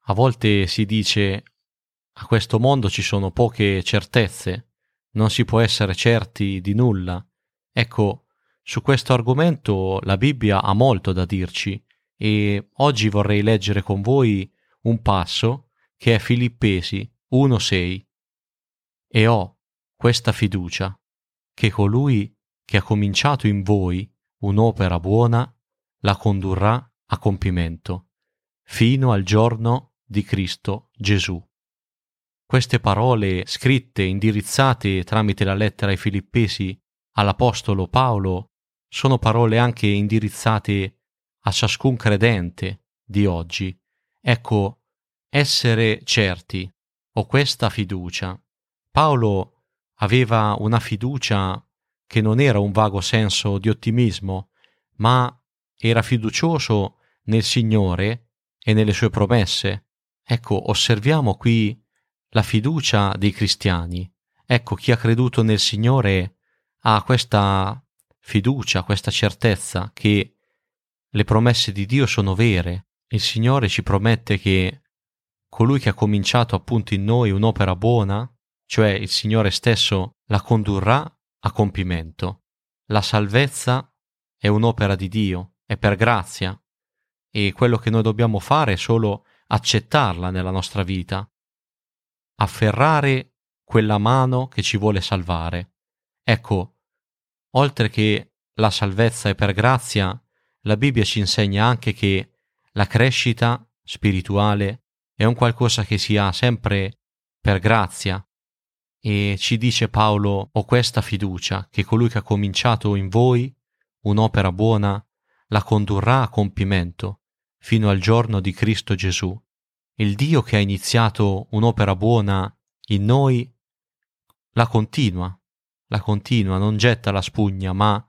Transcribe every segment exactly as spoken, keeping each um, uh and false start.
A volte si dice: a questo mondo ci sono poche certezze, non si può essere certi di nulla. Ecco, su questo argomento la Bibbia ha molto da dirci e oggi vorrei leggere con voi un passo che è Filippesi uno sei. E ho questa fiducia che colui che ha cominciato in voi un'opera buona la condurrà a compimento fino al giorno di Cristo Gesù. Queste parole scritte, indirizzate tramite la lettera ai Filippesi all'Apostolo Paolo, sono parole anche indirizzate a ciascun credente di oggi. Ecco, essere certi, ho questa fiducia. Paolo aveva una fiducia che non era un vago senso di ottimismo, ma era fiducioso nel Signore e nelle sue promesse. Ecco, osserviamo qui la fiducia dei cristiani. Ecco, chi ha creduto nel Signore ha questa fiducia, questa certezza che le promesse di Dio sono vere. Il Signore ci promette che colui che ha cominciato appunto in noi un'opera buona, cioè il Signore stesso, la condurrà a compimento. La salvezza è un'opera di Dio, è per grazia, e quello che noi dobbiamo fare è solo accettarla nella nostra vita, afferrare quella mano che ci vuole salvare. Ecco, oltre che la salvezza è per grazia, la Bibbia ci insegna anche che la crescita spirituale è un qualcosa che si ha sempre per grazia, e ci dice Paolo: ho questa fiducia che colui che ha cominciato in voi un'opera buona la condurrà a compimento fino al giorno di Cristo Gesù. Il Dio che ha iniziato un'opera buona in noi la continua, la continua, non getta la spugna, ma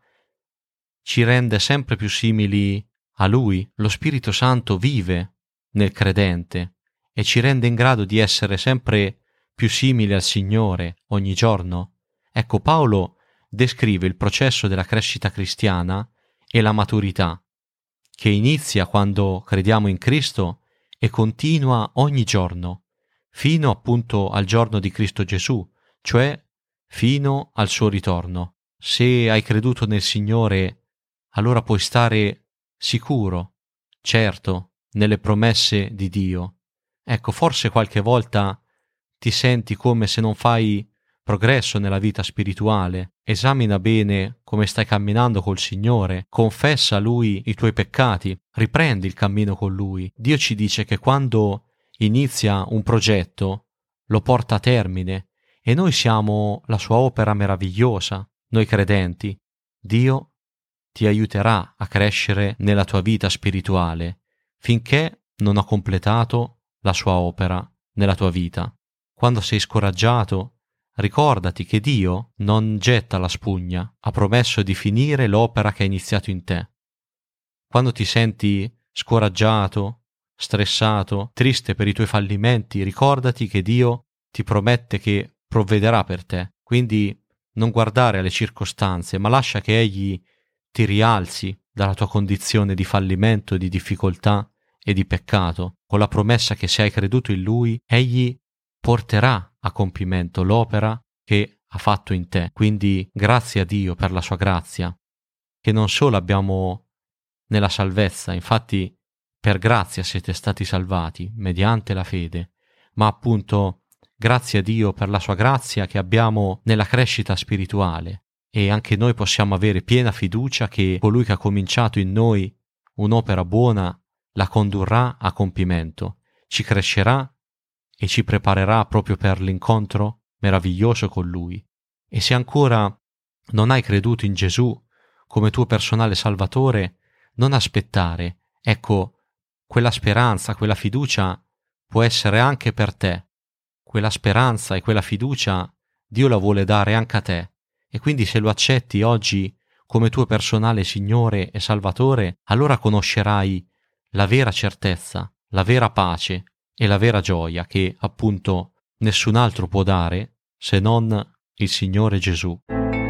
ci rende sempre più simili a Lui. Lo Spirito Santo vive nel credente e ci rende in grado di essere sempre più simili al Signore ogni giorno. Ecco, Paolo descrive il processo della crescita cristiana e la maturità, che inizia quando crediamo in Cristo e continua ogni giorno, fino appunto al giorno di Cristo Gesù, cioè fino al suo ritorno. Se hai creduto nel Signore, allora puoi stare sicuro, certo, nelle promesse di Dio. Ecco, forse qualche volta ti senti come se non fai progresso nella vita spirituale. Esamina bene come stai camminando col Signore, confessa a Lui i tuoi peccati, riprendi il cammino con Lui. Dio ci dice che quando inizia un progetto lo porta a termine e noi siamo la sua opera meravigliosa, noi credenti. Dio ti aiuterà a crescere nella tua vita spirituale finché non ha completato la sua opera nella tua vita. Quando sei scoraggiato, ricordati che Dio non getta la spugna, ha promesso di finire l'opera che ha iniziato in te. Quando ti senti scoraggiato, stressato, triste per i tuoi fallimenti, ricordati che Dio ti promette che provvederà per te. Quindi non guardare alle circostanze, ma lascia che Egli ti rialzi dalla tua condizione di fallimento, di difficoltà e di peccato, con la promessa che se hai creduto in Lui, Egli porterà a compimento l'opera che ha fatto in te. Quindi grazie a Dio per la sua grazia, che non solo abbiamo nella salvezza, infatti per grazia siete stati salvati mediante la fede, ma appunto grazie a Dio per la sua grazia che abbiamo nella crescita spirituale, e anche noi possiamo avere piena fiducia che colui che ha cominciato in noi un'opera buona la condurrà a compimento, ci crescerà e ci preparerà proprio per l'incontro meraviglioso con Lui. E se ancora non hai creduto in Gesù come tuo personale Salvatore, non aspettare. Ecco, quella speranza, quella fiducia può essere anche per te. Quella speranza e quella fiducia Dio la vuole dare anche a te. E quindi se lo accetti oggi come tuo personale Signore e Salvatore, allora conoscerai la vera certezza, la vera pace e la vera gioia che appunto nessun altro può dare se non il Signore Gesù.